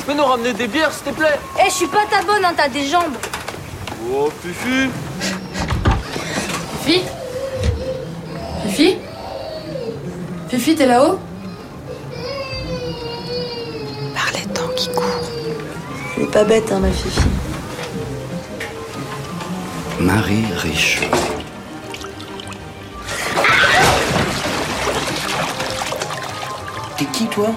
Tu peux nous ramener des bières, s'il te plaît? Eh, je suis pas ta bonne, hein, t'as des jambes. Oh, Fifi. Fifi? Fifi? Fifi, t'es là-haut? Par les temps qui courent. Elle est pas bête, hein, ma Fifi. Marie Riche. T'es qui, toi?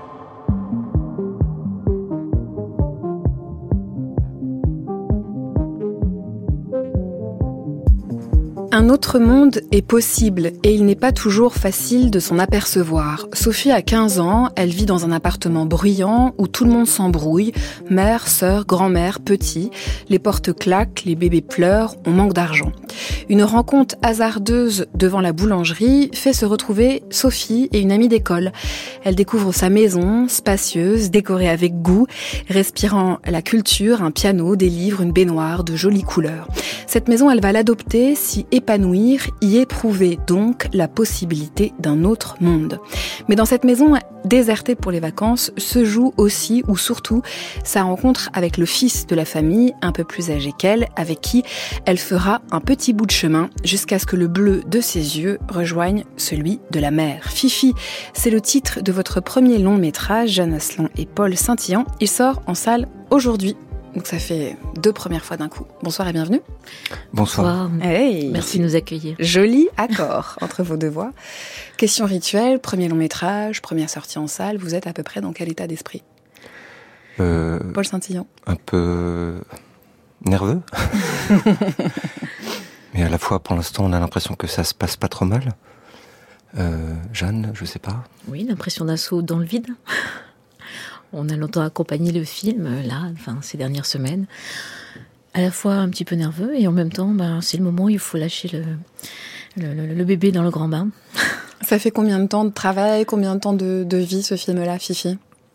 Un autre monde est possible et il n'est pas toujours facile de s'en apercevoir. Sophie a 15 ans, elle vit dans un appartement bruyant où tout le monde s'embrouille, mère, sœur, grand-mère, petit, les portes claquent, les bébés pleurent, on manque d'argent. Une rencontre hasardeuse devant la boulangerie fait se retrouver Sophie et une amie d'école. Elle découvre sa maison, spacieuse, décorée avec goût, respirant la culture, un piano, des livres, une baignoire, de jolies couleurs. Cette maison, elle va l'adopter, s'y épanouir, y éprouver donc la possibilité d'un autre monde. Mais dans cette maison désertée pour les vacances se joue aussi ou surtout sa rencontre avec le fils de la famille, un peu plus âgé qu'elle, avec qui elle fera un petit bout de chemin jusqu'à ce que le bleu de ses yeux rejoigne celui de la mère. Fifi, c'est le titre de votre premier long métrage, Jeanne Asselin et Paul Saint-Yan. Il sort en salle aujourd'hui. Donc ça fait 2 premières fois d'un coup. Bonsoir et bienvenue. Bonsoir. Hey. Merci de nous accueillir. Joli accord entre vos deux voix. Question rituelle, premier long métrage, première sortie en salle. Vous êtes à peu près dans quel état d'esprit? Paul Saint-Yan. Un peu nerveux. Mais à la fois, pour l'instant, on a l'impression que ça se passe pas trop mal. Jeanne, je sais pas. Oui, l'impression d'un saut dans le vide. On a longtemps accompagné le film, ces dernières semaines. À la fois un petit peu nerveux et en même temps, c'est le moment où il faut lâcher le bébé dans le grand bain. Ça fait combien de temps de travail, combien de temps de vie ce film-là, Fifi?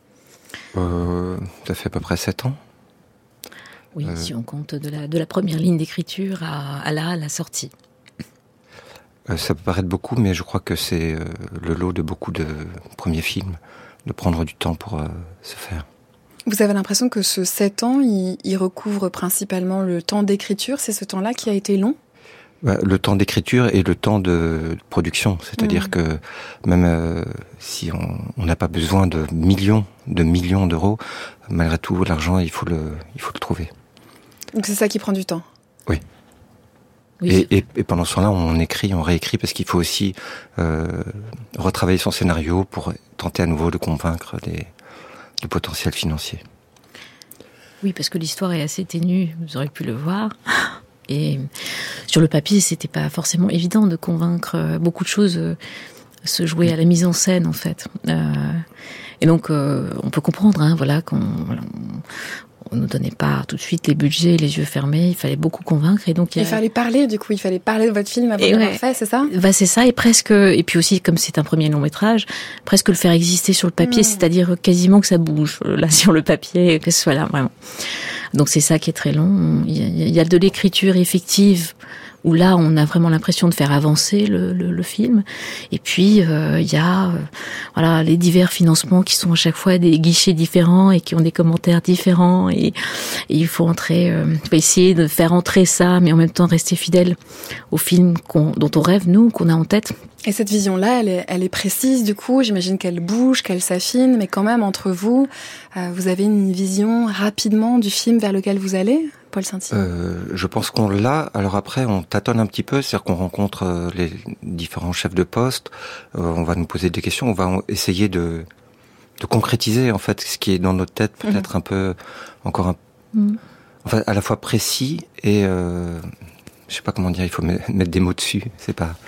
Ça fait à peu près 7 ans. Oui, si on compte de la première ligne d'écriture à la sortie. Ça peut paraître beaucoup, mais je crois que c'est le lot de beaucoup de premiers films, de prendre du temps pour se faire. Vous avez l'impression que ce 7 ans, il recouvre principalement le temps d'écriture? C'est ce temps-là qui a été long? Le temps d'écriture et le temps de production. C'est-à-dire que même si on n'a pas besoin de millions d'euros, malgré tout, l'argent, il faut le trouver. Donc c'est ça qui prend du temps? Oui. Oui. Et pendant ce temps-là, on écrit, on réécrit, parce qu'il faut aussi retravailler son scénario pour tenter à nouveau de convaincre du potentiel financier. Oui, parce que l'histoire est assez ténue, vous aurez pu le voir. Et sur le papier, c'était pas forcément évident de convaincre. Beaucoup de choses se jouaient à la mise en scène, en fait. Et donc, on peut comprendre, on nous donnait pas tout de suite les budgets, les yeux fermés. Il fallait beaucoup convaincre, et donc il fallait parler. Du coup, il fallait parler de votre film avant de l'avoir fait, c'est ça? C'est ça, et puis aussi, comme c'est un premier long métrage, presque le faire exister sur le papier, c'est-à-dire quasiment que ça bouge là sur le papier, que ce soit là vraiment. Donc c'est ça qui est très long. Il y a de l'écriture effective, où là, on a vraiment l'impression de faire avancer le film. Et puis, il y a les divers financements qui sont à chaque fois des guichets différents et qui ont des commentaires différents. Et il faut essayer de faire entrer ça, mais en même temps rester fidèle au film dont on rêve, nous, qu'on a en tête. Et cette vision-là, elle est précise, du coup. J'imagine qu'elle bouge, qu'elle s'affine, mais quand même, entre vous, vous avez une vision rapidement du film vers lequel vous allez, Paul Saint-Yan? Je pense qu'on l'a. Alors après, on tâtonne un petit peu, c'est-à-dire qu'on rencontre les différents chefs de poste, on va nous poser des questions, on va essayer de concrétiser, en fait, ce qui est dans notre tête, peut-être un peu, encore enfin, à la fois précis et, je sais pas comment dire, il faut mettre des mots dessus, c'est pas...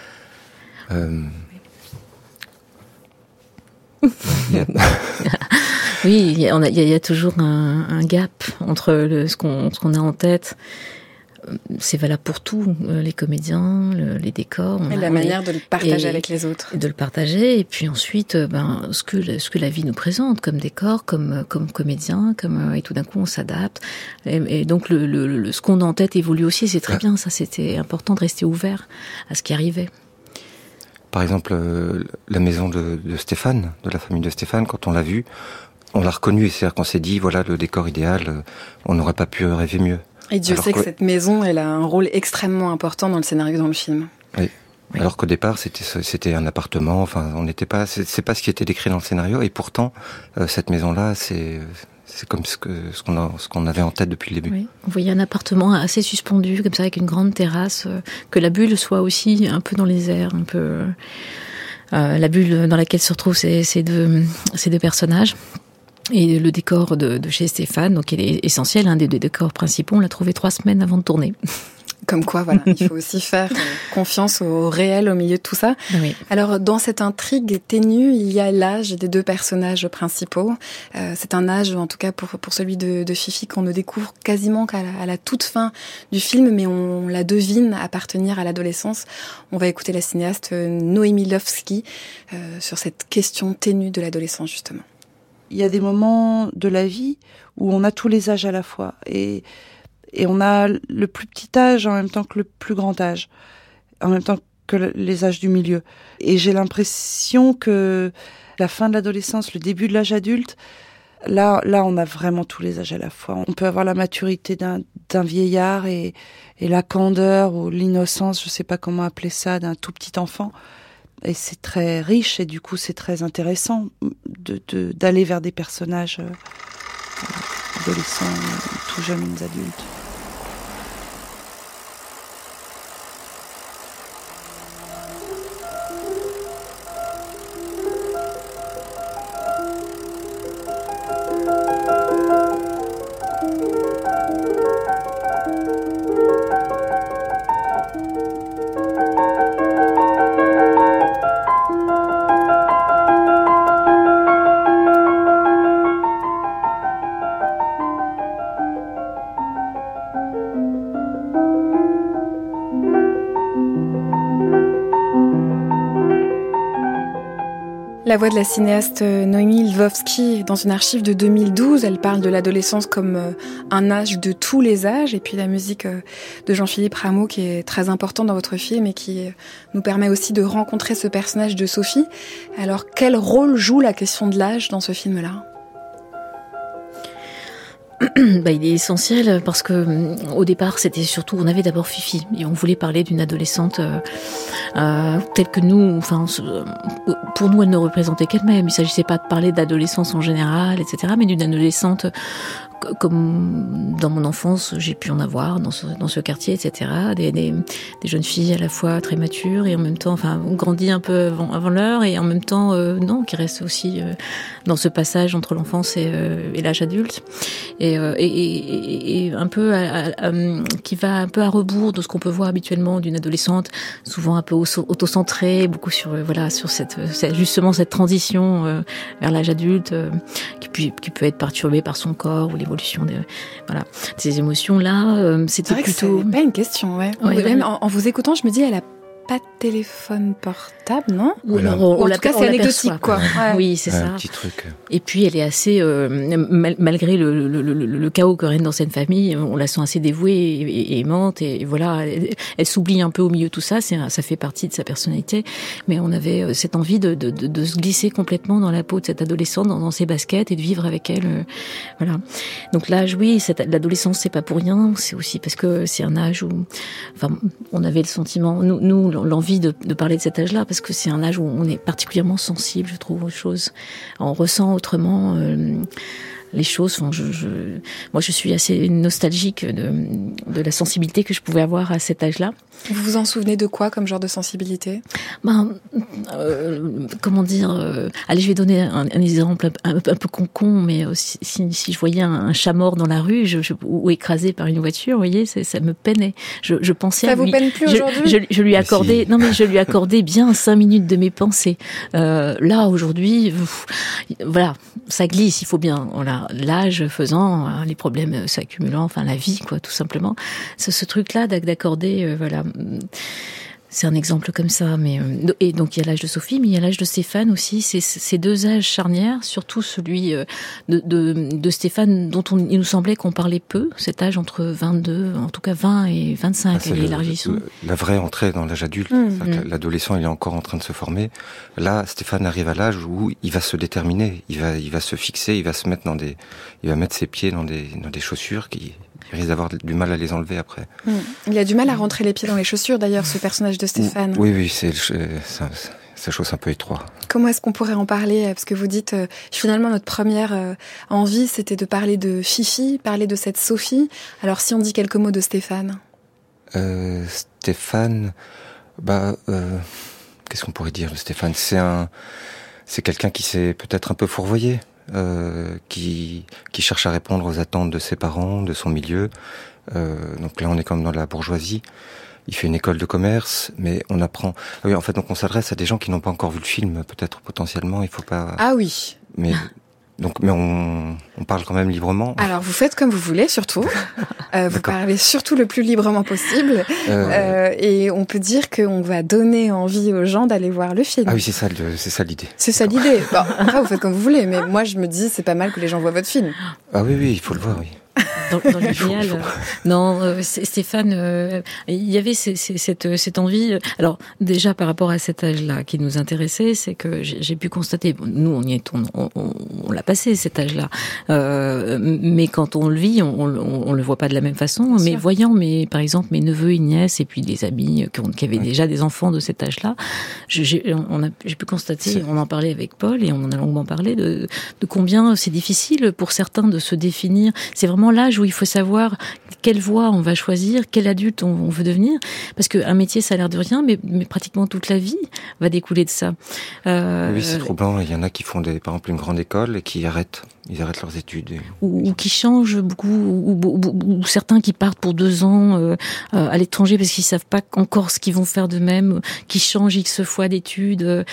Oui, il y a toujours un gap entre ce qu'on a en tête. C'est valable pour tout, les comédiens, les décors. Et la manière de le partager avec les autres. De le partager, et puis ensuite, ce que la vie nous présente comme décor, comme comédien, et tout d'un coup on s'adapte. Et donc ce qu'on a en tête évolue aussi, c'est très bien, ça c'était important de rester ouvert à ce qui arrivait. Par exemple, la maison de Stéphane, de la famille de Stéphane, quand on l'a vue, on l'a reconnu, c'est-à-dire qu'on s'est dit, voilà, le décor idéal, on n'aurait pas pu rêver mieux. Et Dieu sait que cette maison, elle a un rôle extrêmement important dans le scénario, dans le film. Oui. Alors qu'au départ, c'était un appartement. Enfin, on n'était pas. C'est pas ce qui était décrit dans le scénario. Et pourtant, cette maison-là, c'est comme ce qu'on avait en tête depuis le début. Oui. On voyait un appartement assez suspendu, comme ça, avec une grande terrasse, que la bulle soit aussi un peu dans les airs, un peu la bulle dans laquelle se retrouvent ces deux personnages. Et le décor de chez Stéphane, donc il est essentiel, un des deux décors principaux, on l'a trouvé 3 semaines avant de tourner. Comme quoi, voilà, il faut aussi faire confiance au réel au milieu de tout ça. Oui. Alors, dans cette intrigue ténue, il y a l'âge des 2 personnages principaux. C'est un âge, en tout cas pour celui de Fifi, qu'on ne découvre quasiment qu'à la toute fin du film, mais on la devine appartenir à l'adolescence. On va écouter la cinéaste Noémie Lvovsky sur cette question ténue de l'adolescence, justement. Il y a des moments de la vie où on a tous les âges à la fois. Et on a le plus petit âge en même temps que le plus grand âge, en même temps que les âges du milieu. Et j'ai l'impression que la fin de l'adolescence, le début de l'âge adulte, là, on a vraiment tous les âges à la fois. On peut avoir la maturité d'un vieillard et la candeur ou l'innocence, je sais pas comment appeler ça, d'un tout petit enfant. Et c'est très riche et du coup c'est très intéressant d'aller vers des personnages adolescents, tout jeunes adultes. La voix de la cinéaste Noémie Lvovsky dans une archive de 2012. Elle parle de l'adolescence comme un âge de tous les âges. Et puis la musique de Jean-Philippe Rameau qui est très importante dans votre film et qui nous permet aussi de rencontrer ce personnage de Sophie. Alors quel rôle joue la question de l'âge dans ce film-là ? Il est essentiel parce que au départ c'était surtout, on avait d'abord Fifi et on voulait parler d'une adolescente telle que nous, enfin pour nous elle ne représentait qu'elle-même. Il s'agissait pas de parler d'adolescence en général, etc., mais d'une adolescente comme dans mon enfance j'ai pu en avoir dans ce quartier, etc. Des jeunes filles à la fois très matures et en même temps, enfin, on grandit un peu avant l'heure et en même temps non, qui restent aussi dans ce passage entre l'enfance et l'âge adulte et un peu qui va un peu à rebours de ce qu'on peut voir habituellement d'une adolescente, souvent un peu autocentrée, beaucoup sur sur justement cette transition vers l'âge adulte qui peut être perturbée par son corps ou l'évolution de ces émotions là. C'était plutôt c'est pas une question, ouais. Même en vous écoutant, je me dis, elle a pas de téléphone portable, non ? Ou alors en tout cas, c'est anecdotique, quoi. Ouais. Oui, c'est ça. Un petit truc. Et puis, elle est assez, malgré le chaos que règne dans cette famille, on la sent assez dévouée et aimante. Et voilà, elle s'oublie un peu au milieu de tout ça. Ça fait partie de sa personnalité. Mais on avait cette envie de se glisser complètement dans la peau de cette adolescente, dans ses baskets et de vivre avec elle. Voilà. Donc l'âge, oui, l'adolescence, c'est pas pour rien. C'est aussi parce que c'est un âge où, enfin, on avait le sentiment, nous, l'envie de parler de cet âge-là, parce que c'est un âge où on est particulièrement sensible, je trouve, aux choses. On ressent autrement les choses. Enfin, moi, je suis assez nostalgique de la sensibilité que je pouvais avoir à cet âge-là. Vous vous en souvenez de quoi comme genre de sensibilité ? Comment dire allez, je vais donner un exemple un peu con, mais si je voyais un chat mort dans la rue ou écrasé par une voiture, vous voyez, ça me peinait. Je pensais. Ça vous peine plus aujourd'hui ? Je lui accordais. Non, mais je lui accordais bien 5 minutes de mes pensées. Là, aujourd'hui, voilà, ça glisse. Il faut bien. Voilà, l'âge faisant, les problèmes s'accumulant, enfin la vie, quoi, tout simplement. Ce truc-là d'accorder, voilà. C'est un exemple comme ça, mais et donc il y a l'âge de Sophie, mais il y a l'âge de Stéphane aussi. C'est ces deux âges charnières, surtout celui de Stéphane, dont il nous semblait qu'on parlait peu. Cet âge entre 22, en tout cas 20 et 25, et élargissons. La vraie entrée dans l'âge adulte, l'adolescent il est encore en train de se former. Là, Stéphane arrive à l'âge où il va se déterminer, il va se fixer, il va se mettre il va mettre ses pieds dans des chaussures qui il risque d'avoir du mal à les enlever après. Il a du mal à rentrer les pieds dans les chaussures, d'ailleurs, ce personnage de Stéphane. Oui, ça chose un peu étroit. Comment est-ce qu'on pourrait en parler ? Parce que vous dites, finalement, notre première envie, c'était de parler de Fifi, parler de cette Sophie. Alors, si on dit quelques mots de Stéphane ? Stéphane, qu'est-ce qu'on pourrait dire de Stéphane ? C'est quelqu'un qui s'est peut-être un peu fourvoyé. Qui cherche à répondre aux attentes de ses parents, de son milieu. Donc là, on est comme dans la bourgeoisie. Il fait une école de commerce, mais on apprend. Ah oui, en fait, donc on s'adresse à des gens qui n'ont pas encore vu le film, peut-être potentiellement. Il faut pas. Ah oui. Mais on parle quand même librement. Alors vous faites comme vous voulez, surtout. Vous parlez surtout le plus librement possible. Et on peut dire qu'on va donner envie aux gens d'aller voir le film. Ah oui, c'est ça l'idée. C'est ça l'idée. Bon, après vous faites comme vous voulez, mais moi je me dis c'est pas mal que les gens voient votre film. Ah oui, il faut le voir, oui. Dans l'idéal, non, Stéphane, il y avait cette envie. Alors déjà par rapport à cet âge-là qui nous intéressait, c'est que j'ai pu constater, nous on l'a passé cet âge-là, mais quand on le vit, on le voit pas de la même façon. Mais voyant, par exemple mes neveux et nièces et puis des amis qui avaient déjà des enfants de cet âge-là, j'ai pu constater, on en parlait avec Paul et on en a longuement parlé de combien c'est difficile pour certains de se définir. C'est vraiment l'âge où il faut savoir quelle voie on va choisir, quel adulte on veut devenir, parce qu'un métier ça a l'air de rien, mais pratiquement toute la vie va découler de ça. Oui, c'est troublant. Il y en a qui font par exemple une grande école et qui arrêtent leurs études. Ou qui changent beaucoup, ou certains qui partent pour 2 ans à l'étranger parce qu'ils savent pas encore ce qu'ils vont faire d'eux-mêmes, qui changent X fois d'études.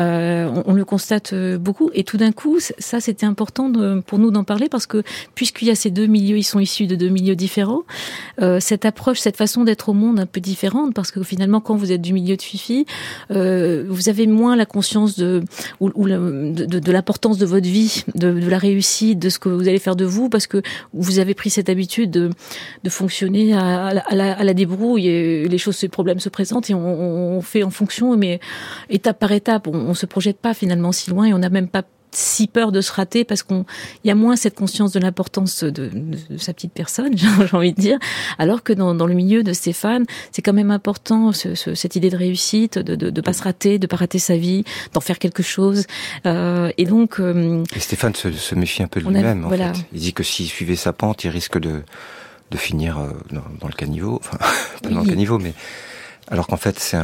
On le constate beaucoup. Et tout d'un coup, ça c'était important pour nous d'en parler, parce que puisqu'il y a ces deux milieux, ils sont issus de 2 milieux différents. Cette approche, cette façon d'être au monde un peu différente, parce que finalement, quand vous êtes du milieu de Fifi, vous avez moins la conscience de l'importance de votre vie, de la réussite, de ce que vous allez faire de vous, parce que vous avez pris cette habitude de fonctionner à la débrouille, et les problèmes se présentent et on fait en fonction, mais étape par étape, on se projette pas finalement si loin, et on n'a même pas si peur de se rater, parce qu'il y a moins cette conscience de l'importance de sa petite personne, j'ai envie de dire, alors que dans le milieu de Stéphane, c'est quand même important cette idée de réussite, de pas se rater, de pas rater sa vie, d'en faire quelque chose. Et donc et Stéphane se méfie un peu de lui-même. En fait, il dit que s'il suivait sa pente, il risque de finir dans le caniveau, enfin pas dans le caniveau, mais alors qu'en fait c'est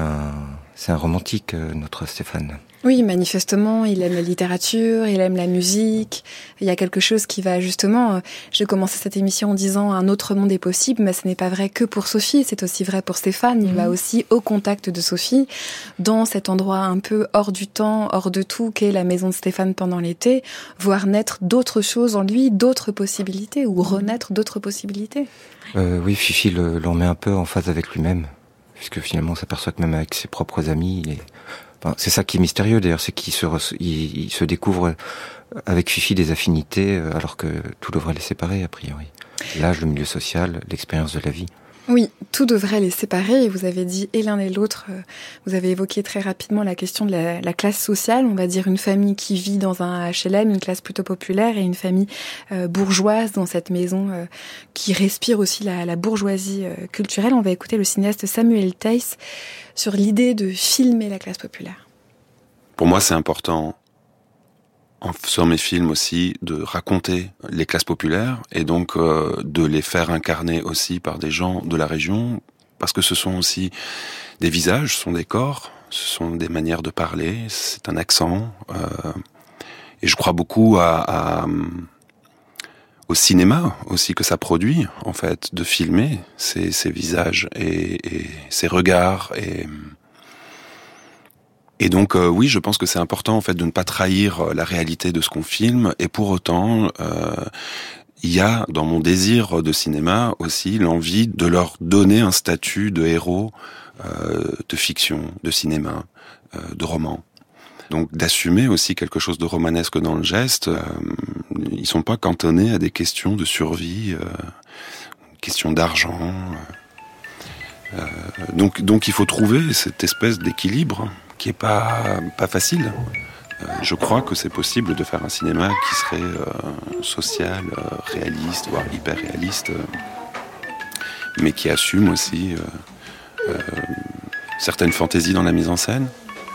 un romantique, notre Stéphane. Oui, manifestement, il aime la littérature, il aime la musique. Il y a quelque chose qui va justement... J'ai commencé cette émission en disant « Un autre monde est possible », mais ce n'est pas vrai que pour Sophie, c'est aussi vrai pour Stéphane. Il va aussi au contact de Sophie, dans cet endroit un peu hors du temps, hors de tout, qu'est la maison de Stéphane pendant l'été, voir naître d'autres choses en lui, d'autres possibilités, ou renaître d'autres possibilités. Oui, Fifi l'en met un peu en phase avec lui-même, puisque finalement on s'aperçoit que même avec ses propres amis, c'est ça qui est mystérieux d'ailleurs, c'est qu'il se découvre avec Fifi des affinités, alors que tout devrait les séparer a priori. L'âge, le milieu social, l'expérience de la vie. Oui, tout devrait les séparer, et vous avez dit et l'un et l'autre, vous avez évoqué très rapidement la question de la classe sociale, on va dire une famille qui vit dans un HLM, une classe plutôt populaire, et une famille bourgeoise dans cette maison qui respire aussi la bourgeoisie culturelle. On va écouter le cinéaste Samuel Theiss sur l'idée de filmer la classe populaire. Pour moi, c'est important, en faisant mes films aussi, de raconter les classes populaires et donc de les faire incarner aussi par des gens de la région, parce que ce sont aussi des visages, ce sont des corps, ce sont des manières de parler, c'est un accent. Et je crois beaucoup au cinéma aussi que ça produit, en fait, de filmer ces visages et ces regards et donc oui, je pense que c'est important en fait de ne pas trahir la réalité de ce qu'on filme, et pour autant il y a dans mon désir de cinéma aussi l'envie de leur donner un statut de héros de fiction, de cinéma, de roman. Donc d'assumer aussi quelque chose de romanesque dans le geste. Ils sont pas cantonnés à des questions de survie, questions d'argent. Donc il faut trouver cette espèce d'équilibre qui est pas facile. Je crois que c'est possible de faire un cinéma qui serait social, réaliste, voire hyper réaliste, mais qui assume aussi certaines fantaisies dans la mise en scène.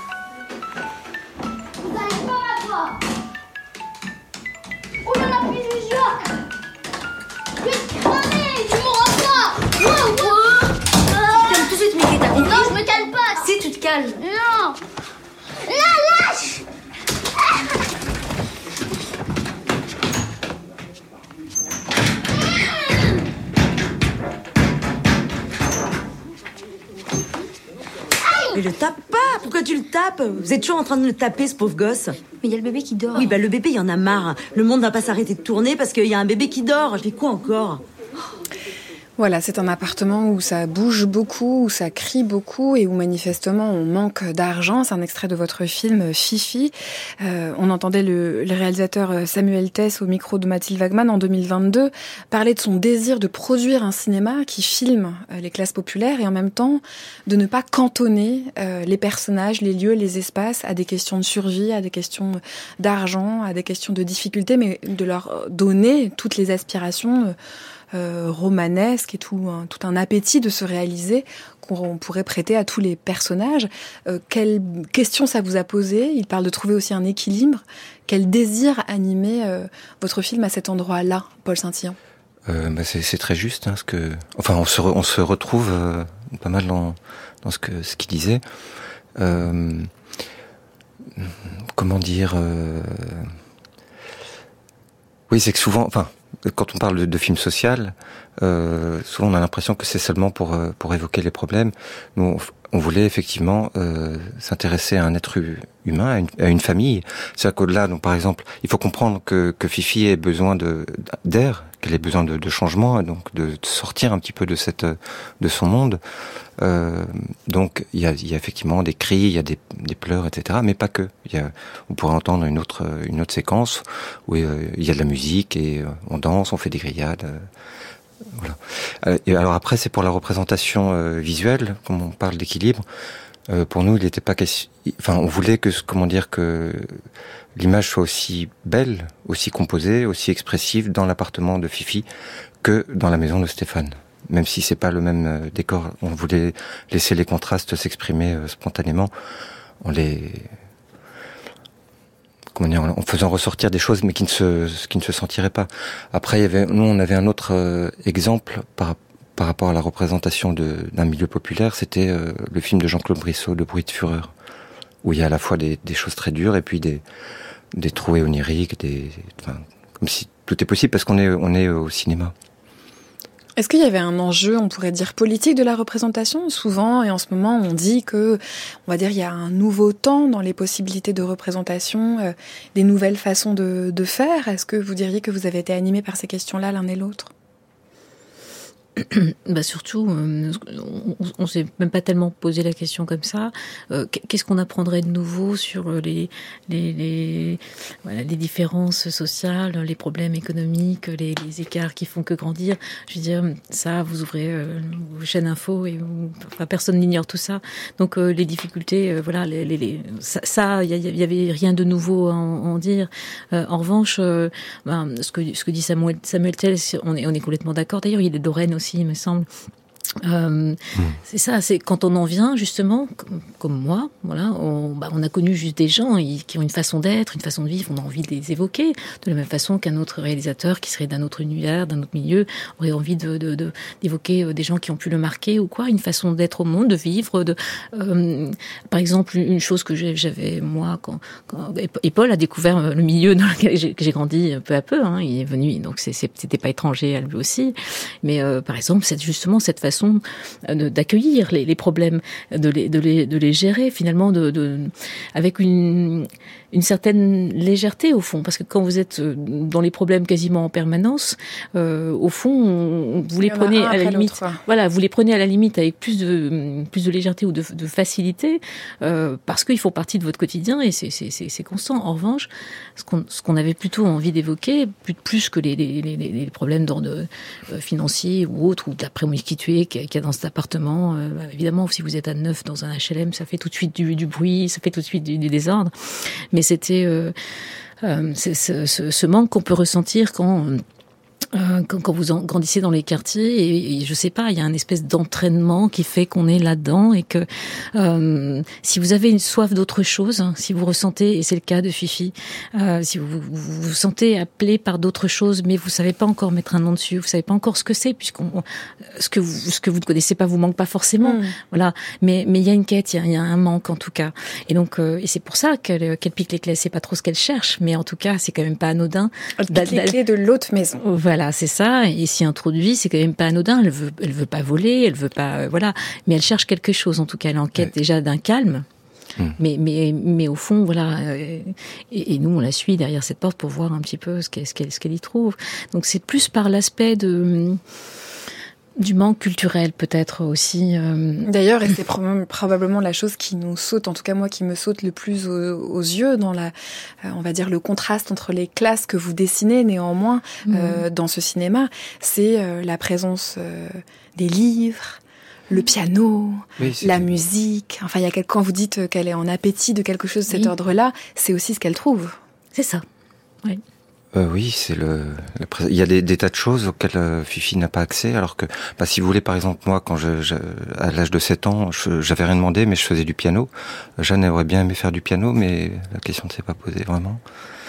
Non! La lâche! Mais le tape pas! Pourquoi tu le tapes? Vous êtes toujours en train de le taper, ce pauvre gosse. Mais il y a le bébé qui dort. Oui, le bébé, il y en a marre. Le monde va pas s'arrêter de tourner parce qu'il y a un bébé qui dort. Je fais quoi encore? Voilà, c'est un appartement où ça bouge beaucoup, où ça crie beaucoup et où manifestement on manque d'argent. C'est un extrait de votre film Fifi. On entendait le réalisateur Samuel Tess au micro de Mathilde Wagman en 2022 parler de son désir de produire un cinéma qui filme les classes populaires et en même temps de ne pas cantonner les personnages, les lieux, les espaces à des questions de survie, à des questions d'argent, à des questions de difficulté, mais de leur donner toutes les aspirations romanesque et tout un appétit de se réaliser qu'on pourrait prêter à tous les personnages. Quelle question ça vous a posé? Il parle de trouver aussi un équilibre. Quel désir animait votre film à cet endroit-là, Paul Saint-Yan? C'est très juste, hein, on se retrouve pas mal dans ce qu'il disait. Comment dire Oui, c'est que souvent, quand on parle de film social, souvent on a l'impression que c'est seulement pour évoquer les problèmes. Nous, on voulait effectivement s'intéresser à un être humain, à une famille. C'est-à-dire qu'au-delà, donc par exemple, il faut comprendre que Fifi ait besoin d'air, qu'elle ait besoin de changement, et donc de sortir un petit peu de son monde. Donc il y a effectivement des cris, il y a des pleurs, etc. Mais pas que. On pourrait entendre une autre séquence où il y a de la musique et on danse, on fait des grillades. Voilà. Et alors après, c'est pour la représentation visuelle, comme on parle d'équilibre. Pour nous, il n'était pas question. On voulait que l'image soit aussi belle, aussi composée, aussi expressive dans l'appartement de Fifi que dans la maison de Stéphane. Même si c'est pas le même décor, on voulait laisser les contrastes s'exprimer spontanément. En faisant ressortir des choses, mais qui ne se sentiraient pas. Après, on avait un autre exemple par rapport à la représentation d'un milieu populaire, c'était le film de Jean-Claude Brissot, Le bruit de fureur, où il y a à la fois des choses très dures et puis des trouées oniriques, comme si tout est possible parce qu'on est au cinéma. Est-ce qu'il y avait un enjeu, on pourrait dire, politique de la représentation? Souvent, et en ce moment, on dit que, on va dire, il y a un nouveau temps dans les possibilités de représentation, des nouvelles façons de faire. Est-ce que vous diriez que vous avez été animés par ces questions-là, l'un et l'autre? Surtout, on s'est même pas tellement posé la question comme ça. Qu'est-ce qu'on apprendrait de nouveau sur les différences sociales, les problèmes économiques, les écarts qui font que grandir. Je veux dire, ça, vous ouvrez vos chaînes info et personne n'ignore tout ça. Donc les difficultés, ça, il y avait rien de nouveau à en dire. En revanche, ce que dit Samuel Tell, on est complètement d'accord. D'ailleurs, il est d'Oren aussi, il me semble. C'est ça, c'est quand on en vient justement, comme moi, voilà, on a connu juste des gens qui ont une façon d'être, une façon de vivre, on a envie de les évoquer de la même façon qu'un autre réalisateur qui serait d'un autre univers, d'un autre milieu aurait envie d'évoquer des gens qui ont pu le marquer ou quoi, une façon d'être au monde, de vivre. Par exemple, une chose que j'avais moi quand et Paul a découvert le milieu dans lequel j'ai grandi peu à peu, hein, il est venu, donc c'était pas étranger à lui aussi, mais par exemple justement cette façon façon d'accueillir les problèmes, de les gérer finalement, avec une certaine légèreté au fond, parce que quand vous êtes dans les problèmes quasiment en permanence, au fond, vous les prenez à la limite. Voilà, vous les prenez à la limite avec plus de légèreté ou de facilité, parce qu'ils font partie de votre quotidien et c'est constant. En revanche, ce qu'on avait plutôt envie d'évoquer, plus que les problèmes d'ordre financier ou autre, ou de la promiscuité qu'il y a dans cet appartement. Évidemment, si vous êtes à 9 dans un HLM, ça fait tout de suite du bruit, ça fait tout de suite du désordre. Mais c'était ce manque qu'on peut ressentir quand vous grandissez dans les quartiers, et je sais pas, il y a une espèce d'entraînement qui fait qu'on est là-dedans, et que si vous avez une soif d'autre chose, si vous ressentez, et c'est le cas de Fifi, si vous vous sentez appelé par d'autres choses, mais vous savez pas encore mettre un nom dessus, vous savez pas encore ce que c'est, ce que vous ne connaissez pas vous manque pas forcément, voilà. Mais il y a une quête, il y a un manque en tout cas, et donc et c'est pour ça qu'elle pique les clés. C'est pas trop ce qu'elle cherche, mais en tout cas c'est quand même pas anodin. Elle pique les clés de l'autre maison. Voilà, c'est ça. Et s'y introduit, c'est quand même pas anodin. Elle veut pas voler, elle veut pas, voilà. Mais elle cherche quelque chose. En tout cas, elle est en quête déjà d'un calme. Mais au fond, voilà. Et nous, on la suit derrière cette porte pour voir un petit peu ce qu'elle y trouve. Donc c'est plus par l'aspect du manque culturel peut-être aussi. D'ailleurs, et c'est probablement la chose qui nous saute, en tout cas moi qui me saute le plus aux yeux dans on va dire le contraste entre les classes que vous dessinez néanmoins dans ce cinéma, c'est la présence des livres, le piano, la musique. Enfin, quand vous dites qu'elle est en appétit de quelque chose de cet ordre-là, c'est aussi ce qu'elle trouve. C'est ça. Oui. Oui, il y a des tas de choses auxquelles Fifi n'a pas accès, alors que, si vous voulez, par exemple, moi, quand à l'âge de 7 ans, j'avais rien demandé, mais je faisais du piano. Jeanne aurait bien aimé faire du piano, mais la question ne s'est pas posée vraiment.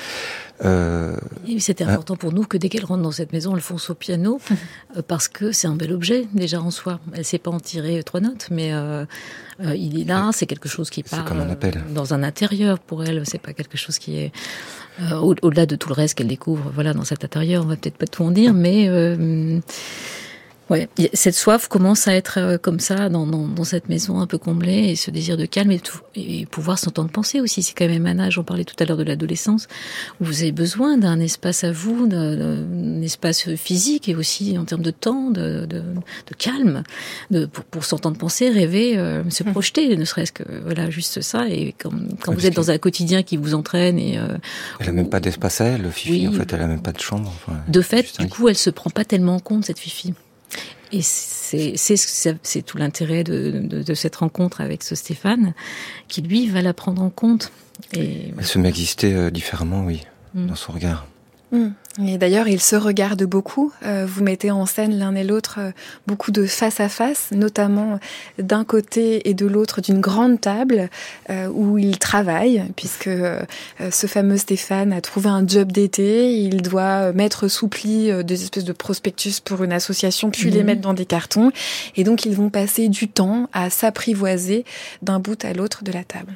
Et c'était important pour nous que dès qu'elle rentre dans cette maison, elle fonce au piano, parce que c'est un bel objet déjà en soi. Elle sait pas en tirer 3 notes, mais il est là. C'est quelque chose qui part dans un intérieur pour elle. C'est pas quelque chose qui est au-delà de tout le reste qu'elle découvre. Voilà, dans cet intérieur, on va peut-être pas tout en dire, mais ouais, cette soif commence à être comme ça dans cette maison un peu comblée, et ce désir de calme et pouvoir s'entendre penser aussi. C'est quand même un âge, on parlait tout à l'heure de l'adolescence, où vous avez besoin d'un espace à vous, d'un espace physique et aussi en termes de temps, de calme, pour s'entendre penser, rêver, se projeter, ne serait-ce que voilà, juste ça. Et quand vous êtes dans un quotidien qui vous entraîne elle a même pas d'espace à elle, Fifi. En fait, elle a même pas de chambre. Enfin, de fait, du coup, elle se prend pas tellement en compte, cette Fifi. Et c'est tout l'intérêt de cette rencontre avec ce Stéphane, qui lui va la prendre en compte. Et elle se met à exister différemment, oui, dans son regard. Et d'ailleurs, ils se regardent beaucoup. Vous mettez en scène l'un et l'autre beaucoup de face à face, notamment d'un côté et de l'autre d'une grande table où ils travaillent, puisque ce fameux Stéphane a trouvé un job d'été. Il doit mettre sous pli des espèces de prospectus pour une association, puis les mettre dans des cartons. Et donc, ils vont passer du temps à s'apprivoiser d'un bout à l'autre de la table.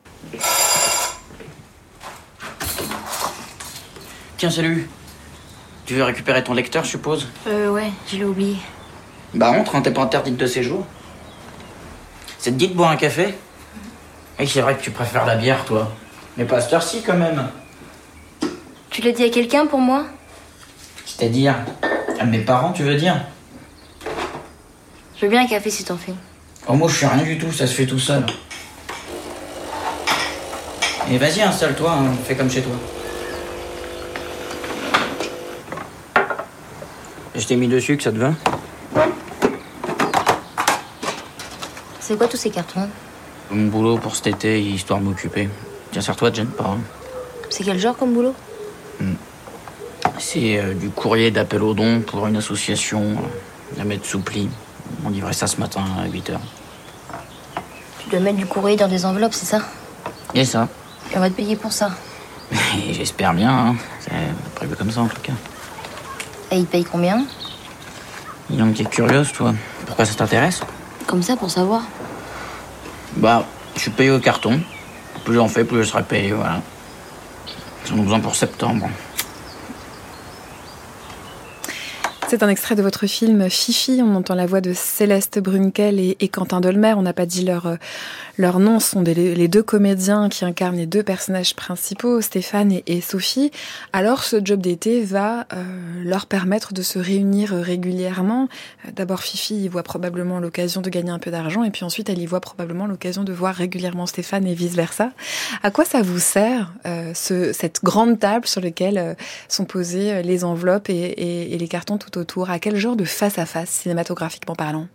Tiens, salut. Tu veux récupérer ton lecteur, je suppose? Ouais, je l'ai oublié. Bah rentre, hein, t'es pas interdite de séjour. Ça te dit de boire un café? Oui, c'est vrai que tu préfères la bière, toi. Mais pas à cette heure-ci, quand même. Tu l'as dit à quelqu'un pour moi? C'est-à-dire? À mes parents, tu veux dire? Je veux bien un café si t'en fais. Oh, moi, je suis rien du tout, ça se fait tout seul. Et vas-y, installe-toi, hein, fais comme chez toi. Je t'ai mis dessus, que ça te va? C'est quoi tous ces cartons? Mon boulot pour cet été, histoire de m'occuper. Tiens, serre-toi, te gêne pas. Hein. C'est quel genre comme boulot? C'est du courrier d'appel aux dons pour une association à mettre sous pli. On livrait ça ce matin à 8h. Tu dois mettre du courrier dans des enveloppes, c'est ça? Et ça. Et on va te payer pour ça? J'espère bien, hein. C'est prévu comme ça en tout cas. Et il paye combien? Il en est curieuse, toi. Pourquoi ça t'intéresse? Comme ça, pour savoir. Bah, je suis payé au carton. Plus j'en fais, plus je serai payé, voilà. J'en ai besoin pour septembre. C'est un extrait de votre film Fifi. On entend la voix de Céleste Brunkel et Quentin Dolmer. On n'a pas dit leur nom. Ce sont les deux comédiens qui incarnent les deux personnages principaux, Stéphane et Sophie. Alors, ce job d'été va leur permettre de se réunir régulièrement. D'abord, Fifi y voit probablement l'occasion de gagner un peu d'argent, et puis ensuite, elle y voit probablement l'occasion de voir régulièrement Stéphane et vice-versa. À quoi ça vous sert, cette grande table sur laquelle sont posées les enveloppes et les cartons tout autour? À quel genre de face-à-face, cinématographiquement parlant?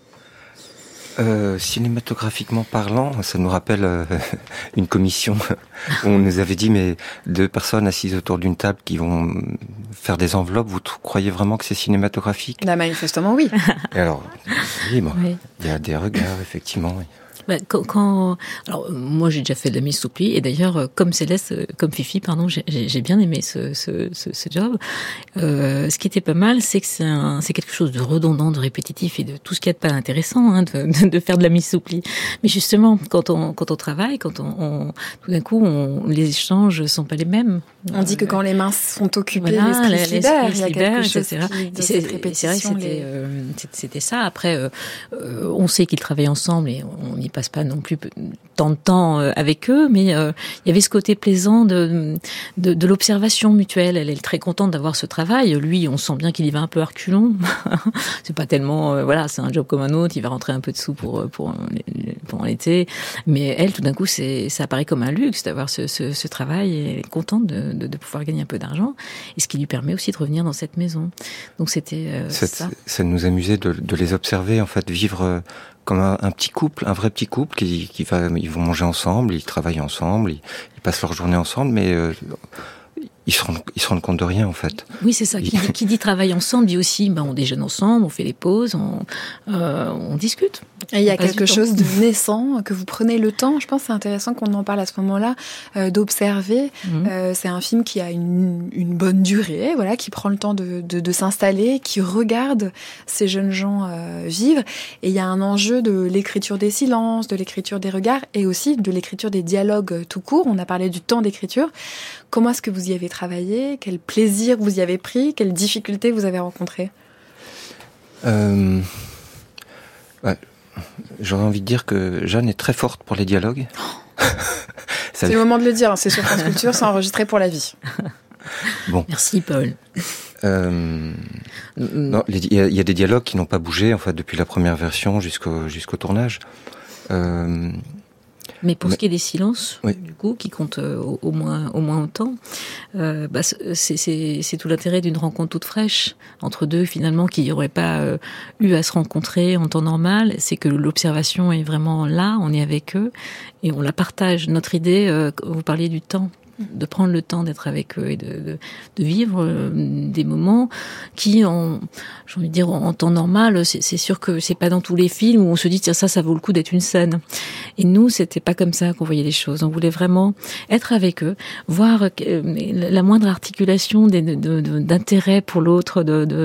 Cinématographiquement parlant, ça nous rappelle une commission où on nous avait dit, mais 2 personnes assises autour d'une table qui vont faire des enveloppes, vous croyez vraiment que c'est cinématographique? Là, manifestement, oui. Et alors, oui, bon, Oui. il y a des regards, effectivement, oui. Alors moi j'ai déjà fait de la mise sous pli, et d'ailleurs comme Fifi, j'ai bien aimé ce job. Ce qui était pas mal, c'est que c'est quelque chose de redondant, de répétitif et de tout ce qu'il y a de pas intéressant, de faire de la mise sous pli. Mais justement, quand on travaille, tout d'un coup, les échanges sont pas les mêmes. On dit que quand les mains sont occupées, voilà, l'esprit se libère, il y a quelque chose etc. de cette répétition. C'est vrai que c'était ça. Après, on sait qu'ils travaillent ensemble et on n'y passe pas non plus tant de temps avec eux, mais il y avait ce côté plaisant de l'observation mutuelle. Elle est très contente d'avoir ce travail. Lui, on sent bien qu'il y va un peu à reculons. C'est pas tellement, c'est un job comme un autre. Il va rentrer un peu de sous pour l'été, mais elle, tout d'un coup, ça apparaît comme un luxe d'avoir ce travail, et elle est contente de pouvoir gagner un peu d'argent, et ce qui lui permet aussi de revenir dans cette maison. Donc c'était ça. Ça nous amusait de les observer, en fait, vivre comme un petit couple, un vrai petit couple ils vont manger ensemble, ils travaillent ensemble, ils passent leur journée ensemble, mais ils se rendent compte de rien, en fait. Oui, c'est ça. Qui dit travail ensemble dit aussi, on déjeune ensemble, on fait les pauses, on discute. Et il y a quelque chose de naissant, que vous prenez le temps, je pense que c'est intéressant qu'on en parle à ce moment-là, d'observer. C'est un film qui a une bonne durée, voilà, qui prend le temps de s'installer, qui regarde ces jeunes gens vivre. Et il y a un enjeu de l'écriture des silences, de l'écriture des regards, et aussi de l'écriture des dialogues tout court. On a parlé du temps d'écriture. Comment est-ce que vous y avez travaillé? Quel plaisir vous y avez pris? Quelles difficultés vous avez rencontrées? J'aurais envie de dire que Jeanne est très forte pour les dialogues. C'est le moment de le dire, c'est sur France Culture, c'est enregistré pour la vie. Bon. Merci Paul. Non, il y a des dialogues qui n'ont pas bougé, en fait, depuis la première version jusqu'au tournage. Mais pour ce qui est des silences, oui, du coup, qui comptent au moins autant, c'est tout l'intérêt d'une rencontre toute fraîche entre deux, finalement, qui n'auraient pas eu à se rencontrer en temps normal. C'est que l'observation est vraiment là, on est avec eux et on la partage. Notre idée, vous parliez du temps, de prendre le temps d'être avec eux et de vivre des moments qui, j'ai envie de dire, en temps normal, c'est sûr que c'est pas dans tous les films où on se dit tiens, ça vaut le coup d'être une scène. Et nous, c'était pas comme ça qu'on voyait les choses. On voulait vraiment être avec eux, voir la moindre articulation d'intérêt pour l'autre,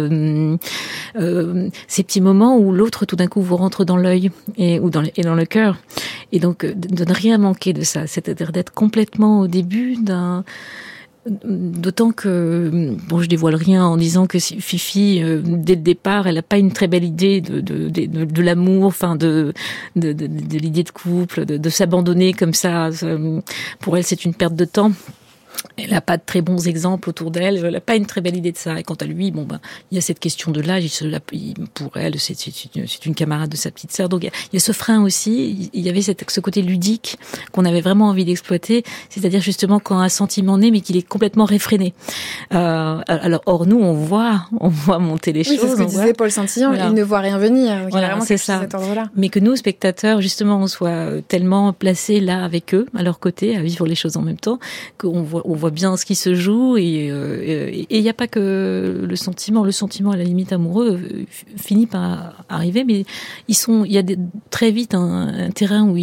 ces petits moments où l'autre tout d'un coup vous rentre dans l'œil et dans le cœur. Et donc de ne rien manquer de ça, c'est-à-dire d'être complètement au début d'autant que je dévoile rien en disant que Fifi dès le départ elle a pas une très belle idée de l'amour, enfin de l'idée de couple, de s'abandonner comme ça. Pour elle c'est une perte de temps. Elle n'a pas de très bons exemples autour d'elle, elle n'a pas une très belle idée de ça. Et quant à lui, il y a cette question de l'âge, pour elle, c'est une camarade de sa petite sœur. Donc il y a ce frein aussi, il y avait ce côté ludique qu'on avait vraiment envie d'exploiter, c'est-à-dire justement quand un sentiment naît, mais qu'il est complètement réfréné. Or nous, on voit monter les choses. C'est ce que disait Paul Saint-Tillon, voilà. Il ne voit rien venir. Voilà, c'est ça. Mais que nous, spectateurs, justement, on soit tellement placés là avec eux, à leur côté, à vivre les choses en même temps, qu'on voit bien ce qui se joue et il n'y a pas que le sentiment à la limite amoureux finit par arriver, mais il y a très vite un terrain où ils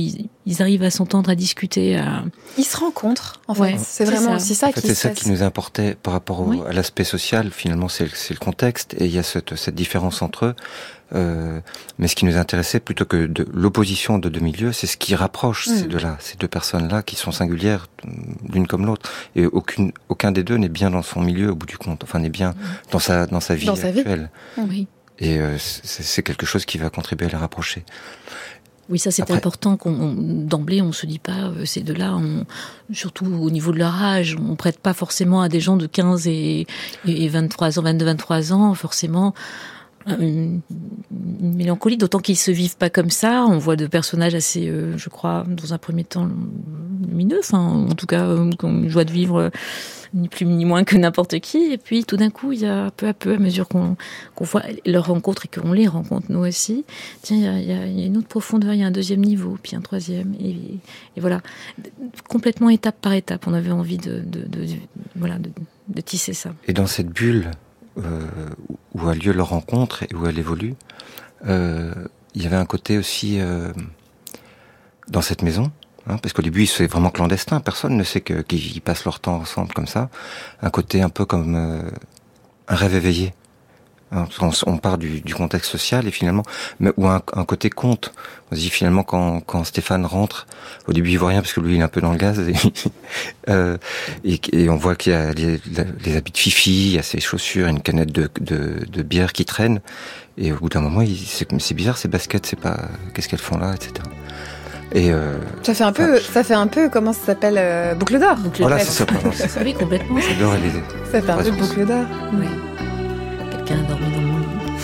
ils arrivent à s'entendre, à discuter. Ils se rencontrent, en fait. Ouais, c'est vraiment aussi ça qui se passe. C'est ça qui nous importait par rapport à l'aspect social. Finalement, c'est le contexte, et il y a cette différence entre eux. Mais ce qui nous intéressait, plutôt que de l'opposition de deux milieux, c'est ce qui rapproche ces deux personnes-là, qui sont singulières l'une comme l'autre. Et aucun des deux n'est bien dans son milieu, au bout du compte. Enfin, n'est bien dans sa vie actuelle. Oui. Et c'est quelque chose qui va contribuer à les rapprocher. Oui, ça c'est important d'emblée, on se dit pas, ces deux-là, surtout au niveau de leur âge, on prête pas forcément à des gens de 15 et 23 ans, 22, 23 ans, forcément, une mélancolie, d'autant qu'ils se vivent pas comme ça. On voit de personnages assez, je crois, dans un premier temps, lumineux, enfin, en tout cas, une joie de vivre, ni plus ni moins que n'importe qui. Et puis, tout d'un coup, il y a peu à peu, à mesure qu'on voit leurs rencontres et qu'on les rencontre nous aussi, tiens, il y a une autre profondeur, il y a un deuxième niveau, puis un troisième, et voilà. Complètement étape par étape, on avait envie de tisser ça. Et dans cette bulle, où a lieu leur rencontre et où elle évolue, il y avait un côté aussi dans cette maison, parce qu'au début c'est vraiment clandestin, personne ne sait qu'ils passent leur temps ensemble comme ça, un côté un peu comme un rêve éveillé. On part du contexte social et finalement, ou un côté conte. On se dit finalement quand Stéphane rentre, au début il voit rien parce que lui il est un peu dans le gaz et on voit qu'il y a les habits de Fifi, il y a ses chaussures, une canette de bière qui traîne, et au bout d'un moment c'est bizarre ces baskets, c'est pas qu'est-ce qu'elles font là, etc. Et ça fait un peu comment ça s'appelle, Boucle d'or. Voilà, c'est ça. Oui, complètement. Ça fait un peu Boucle d'or. Oui. Quelqu'un a dormi dans mon lit.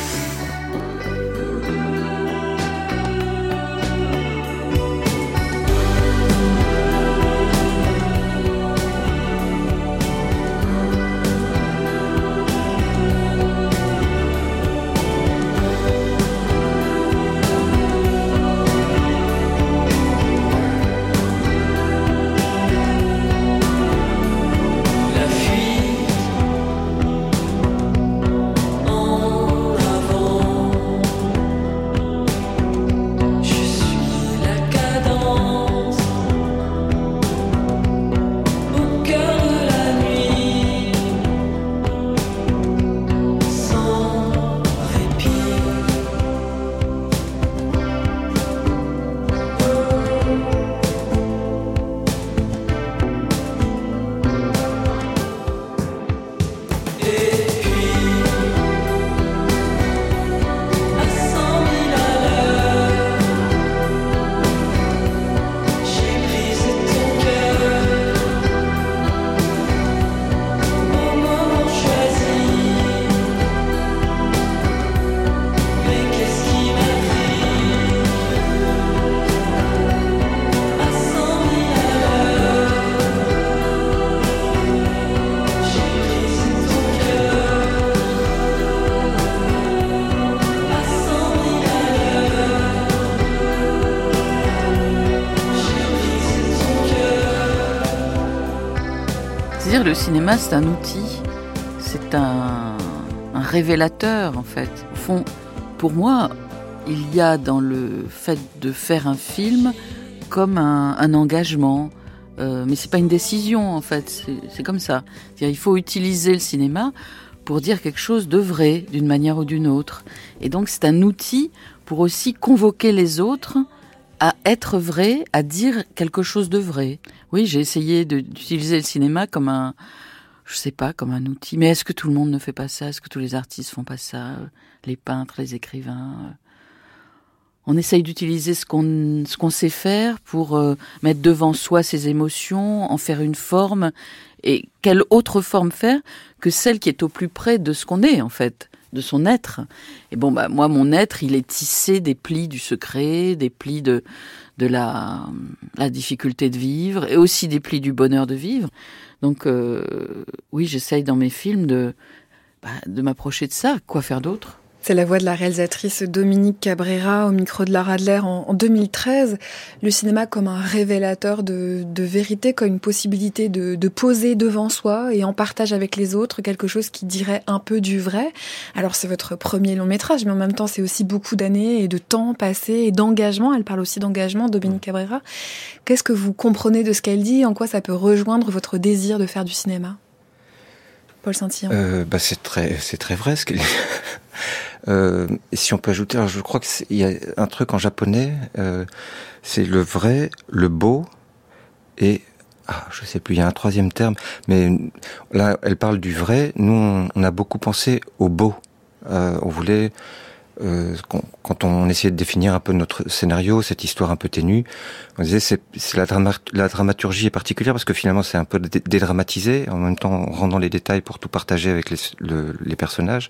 Le cinéma, c'est un outil, c'est un révélateur, en fait. Au fond, pour moi, il y a dans le fait de faire un film comme un engagement, mais c'est pas une décision, en fait, c'est comme ça. C'est-à-dire, il faut utiliser le cinéma pour dire quelque chose de vrai, d'une manière ou d'une autre. Et donc, c'est un outil pour aussi convoquer les autres à être vrai, à dire quelque chose de vrai. Oui, j'ai essayé d'utiliser le cinéma comme un outil. Mais est-ce que tout le monde ne fait pas ça? Est-ce que tous les artistes font pas ça? Les peintres, les écrivains? On essaye d'utiliser ce qu'on sait faire pour mettre devant soi ses émotions, en faire une forme. Et quelle autre forme faire que celle qui est au plus près de ce qu'on est, en fait, de son être. Et bon, moi, mon être, il est tissé des plis du secret, des plis de la difficulté de vivre, et aussi des plis du bonheur de vivre. Donc, oui, j'essaye dans mes films de m'approcher de ça. Quoi faire d'autre? C'est la voix de la réalisatrice Dominique Cabrera au micro de Lara Adler en 2013. Le cinéma comme un révélateur de vérité, comme une possibilité de poser devant soi et en partage avec les autres quelque chose qui dirait un peu du vrai. Alors c'est votre premier long métrage, mais en même temps c'est aussi beaucoup d'années et de temps passé et d'engagement. Elle parle aussi d'engagement, Dominique Cabrera. Qu'est-ce que vous comprenez de ce qu'elle dit? En quoi ça peut rejoindre votre désir de faire du cinéma? Paul Saint-Illon. C'est très vrai ce qu'elle dit. Et si on peut ajouter, alors je crois qu'il y a un truc en japonais, c'est le vrai, le beau, et je sais plus, il y a un troisième terme, mais là elle parle du vrai. Nous on a beaucoup pensé au beau. On voulait, quand on essayait de définir un peu notre scénario, cette histoire un peu ténue, on disait c'est la dramaturgie est particulière parce que finalement c'est un peu dédramatisé, en même temps en rendant les détails pour tout partager avec les personnages.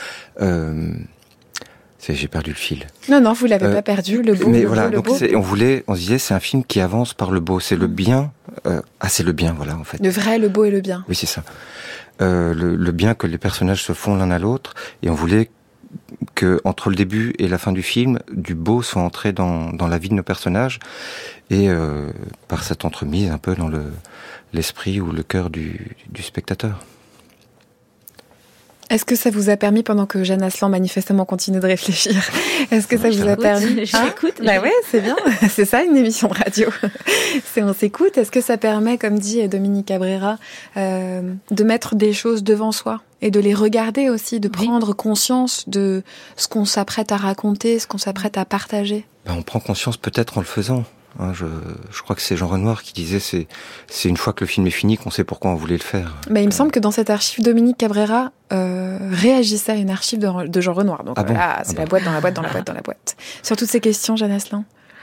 J'ai perdu le fil. Non, vous l'avez pas perdu, le beau, mais le voilà, beau, le donc beau. on se disait, c'est un film qui avance par le beau, c'est le bien, c'est le bien, voilà, en fait. Le vrai, le beau et le bien. Oui, c'est ça. Le bien que les personnages se font l'un à l'autre, et on voulait que, entre le début et la fin du film, du beau soit entré dans la vie de nos personnages, et par cette entremise un peu dans l'esprit ou le cœur du spectateur. Est-ce que ça vous a permis, pendant que Jeanne Asselin manifestement continue de réfléchir, est-ce que ça vous a permis... J'écoute. Bah ouais, c'est bien. C'est ça, une émission de radio. C'est on s'écoute. Est-ce que ça permet, comme dit Dominique Cabrera, de mettre des choses devant soi et de les regarder aussi, de prendre conscience de ce qu'on s'apprête à raconter, ce qu'on s'apprête à partager? On prend conscience peut-être en le faisant. Je crois que c'est Jean Renoir qui disait c'est une fois que le film est fini qu'on sait pourquoi on voulait le faire. Mais il me semble que dans cette archive, Dominique Cabrera réagissait à une archive de Jean Renoir. Donc la boîte dans la boîte dans la boîte dans la boîte. Sur toutes ces questions, Jeanne Asselin.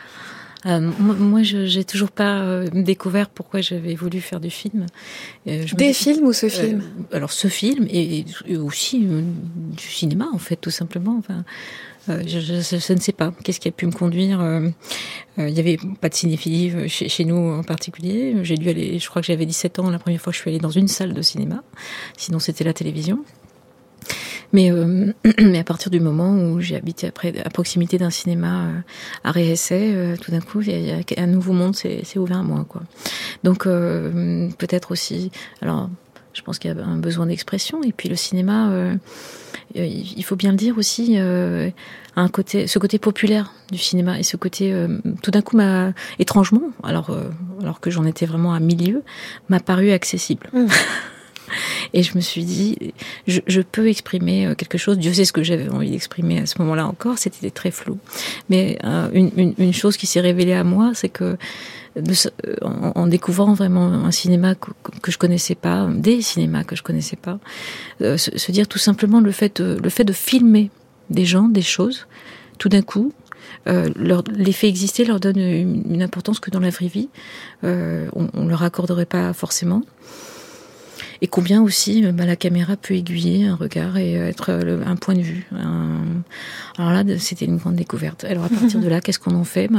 Moi, j'ai toujours pas découvert pourquoi j'avais voulu faire du film. Films ou ce film alors ce film et aussi du cinéma en fait, tout simplement. Enfin, je ne sais pas qu'est-ce qui a pu me conduire. Il y avait pas de cinéphilie chez nous en particulier. J'ai dû aller, je crois que j'avais 17 ans la première fois que je suis allée dans une salle de cinéma. Sinon c'était la télévision. Mais à partir du moment où j'ai habité à proximité d'un cinéma à Réessay, tout d'un coup, il y a un nouveau monde s'est ouvert à moi, quoi. Donc peut-être aussi. Alors, je pense qu'il y a un besoin d'expression. Et puis le cinéma, il faut bien le dire aussi, a ce côté populaire du cinéma et ce côté, tout d'un coup, étrangement, alors que j'en étais vraiment à milieu, m'a paru accessible. Et je me suis dit, je peux exprimer quelque chose. Dieu sait ce que j'avais envie d'exprimer à ce moment-là encore, c'était très flou. Mais une chose qui s'est révélée à moi, c'est que en découvrant vraiment un cinéma que je connaissais pas, des cinémas que je connaissais pas, se dire tout simplement le fait de filmer des gens, des choses, tout d'un coup, les faits exister leur donne une importance que dans la vraie vie, on leur accorderait pas forcément. Et combien aussi la caméra peut aiguiller un regard et être un point de vue. Alors là, c'était une grande découverte. Alors à partir de là, qu'est-ce qu'on en fait?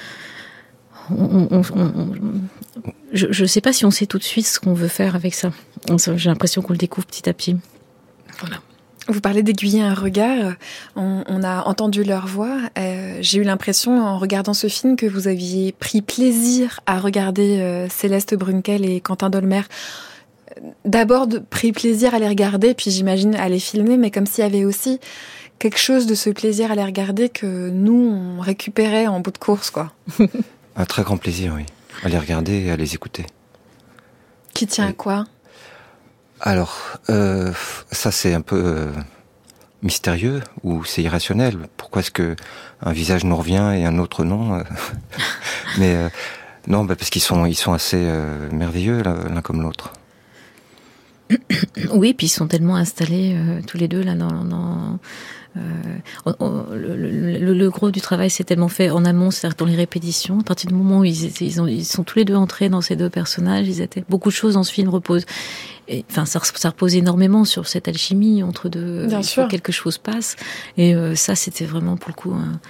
Je ne sais pas si on sait tout de suite ce qu'on veut faire avec ça. J'ai l'impression qu'on le découvre petit à petit. Voilà. Vous parlez d'aiguiller un regard, on a entendu leur voix. J'ai eu l'impression, en regardant ce film, que vous aviez pris plaisir à regarder Céleste Brunkel et Quentin Dolmer. D'abord, pris plaisir à les regarder, puis j'imagine à les filmer, mais comme s'il y avait aussi quelque chose de ce plaisir à les regarder que nous, on récupérait en bout de course, quoi. Un très grand plaisir, oui. À les regarder et à les écouter. Qui tient à quoi? Alors, ça c'est un peu mystérieux ou c'est irrationnel. Pourquoi est-ce que un visage nous revient et un autre non? Mais non, parce qu'ils sont assez merveilleux l'un comme l'autre. Oui, puis ils sont tellement installés tous les deux là dans le gros du travail s'est tellement fait en amont, c'est-à-dire dans les répétitions. À partir du moment où ils sont tous les deux entrés dans ces deux personnages, beaucoup de choses dans ce film reposent. Et, enfin, ça repose énormément sur cette alchimie entre deux. Bien sûr. Quelque chose passe. Et ça, c'était vraiment pour le coup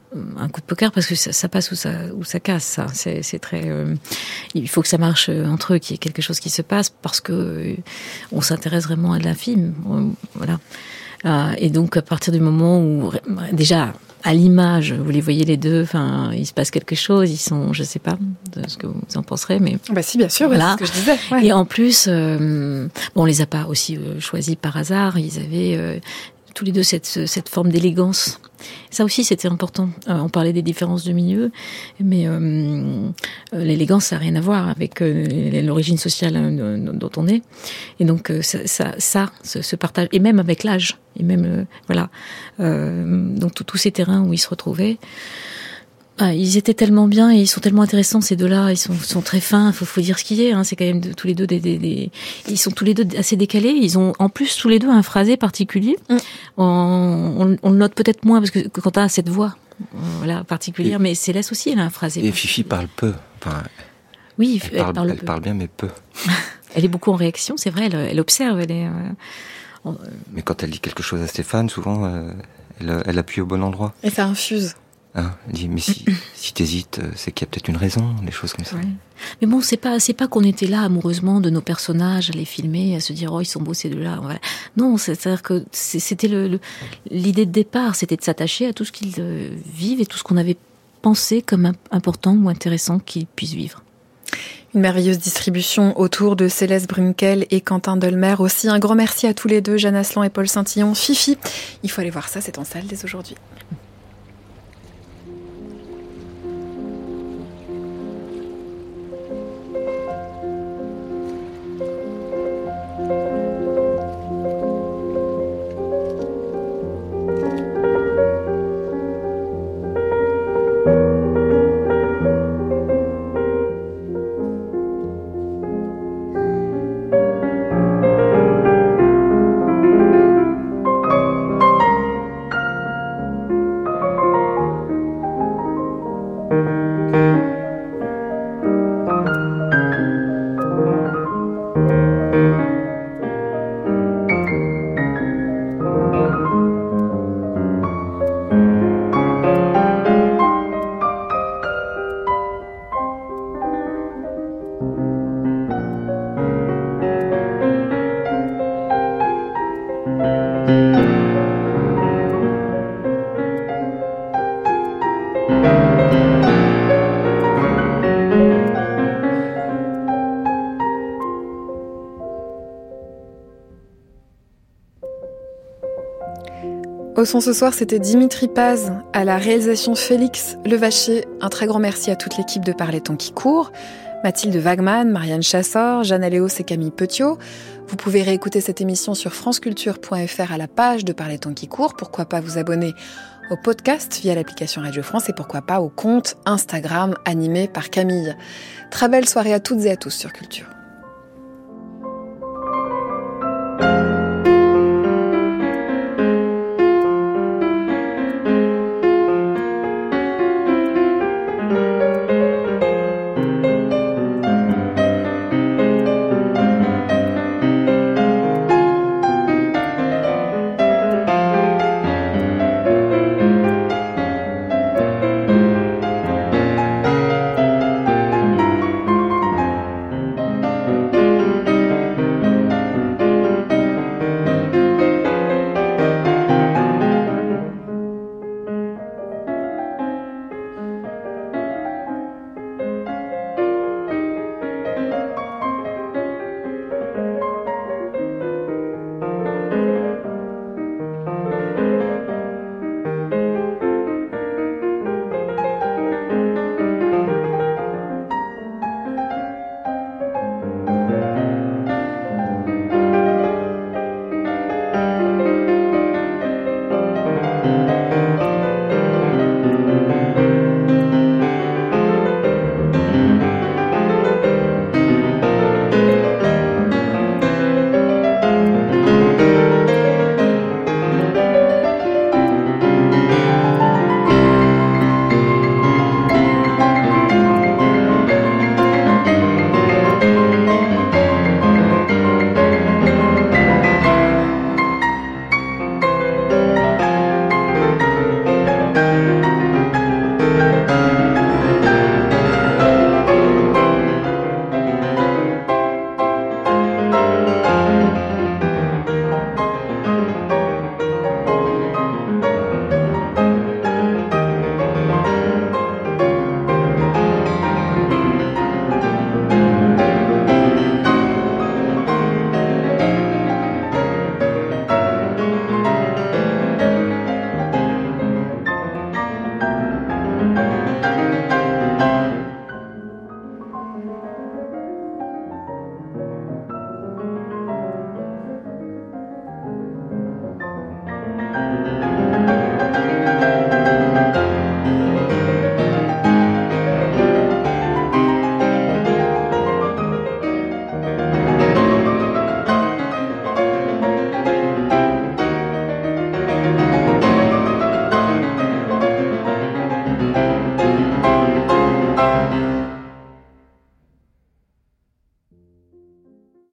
un coup de poker parce que ça passe ou ça casse. Ça. C'est très. Il faut que ça marche entre eux, qu'il y ait quelque chose qui se passe parce que on s'intéresse vraiment à la film. Voilà. Et donc à partir du moment où déjà à l'image, vous les voyez les deux, enfin, il se passe quelque chose, ils sont, je sais pas de ce que vous en penserez, mais... Bah si, bien sûr, voilà. c'est ce que je disais. Ouais. Et en plus, on les a pas aussi choisis par hasard, ils avaient tous les deux cette forme d'élégance. Ça aussi, c'était important. On parlait des différences de milieu, mais l'élégance, ça n'a rien à voir avec l'origine sociale dont on est. Et donc, ce partage, et même avec l'âge, et même, voilà. Donc, tous ces terrains où ils se retrouvaient, ils étaient tellement bien et ils sont tellement intéressants, ces deux-là. Ils sont très fins, faut dire ce qu'il y a. C'est quand même tous les deux ils sont tous les deux assez décalés. Ils ont en plus tous les deux un phrasé particulier. On le note peut-être moins parce que quand t'as cette voix, voilà, particulière, mais Céleste aussi, elle a un phrasé. Et Fifi parle peu. Enfin, oui, elle parle bien, mais peu. Elle est beaucoup en réaction, c'est vrai. Elle observe. Mais quand elle dit quelque chose à Stéphane, souvent, elle appuie au bon endroit. Et ça infuse. Elle dit, mais si t'hésites, c'est qu'il y a peut-être une raison, des choses comme ça. Ouais. Mais bon, c'est pas qu'on était là amoureusement de nos personnages, à les filmer, à se dire, oh, ils sont beaux ces deux-là. Voilà. Non, c'est-à-dire que c'était l'idée de départ, c'était de s'attacher à tout ce qu'ils vivent et tout ce qu'on avait pensé comme important ou intéressant qu'ils puissent vivre. Une merveilleuse distribution autour de Céleste Brunkel et Quentin Dolmer. Aussi, un grand merci à tous les deux, Jeanne Aslan et Paul Saint-Illon. Fifi, il faut aller voir ça, c'est en salle dès aujourd'hui. Au son ce soir, c'était Dimitri Paz, à la réalisation Félix Levacher. Un très grand merci à toute l'équipe de Par les temps qui courent. Mathilde Wagman, Marianne Chassor, Jeanne Aléos et Camille Petiot. Vous pouvez réécouter cette émission sur franceculture.fr à la page de Par les temps qui courent. Pourquoi pas vous abonner au podcast via l'application Radio France et pourquoi pas au compte Instagram animé par Camille. Très belle soirée à toutes et à tous sur Culture.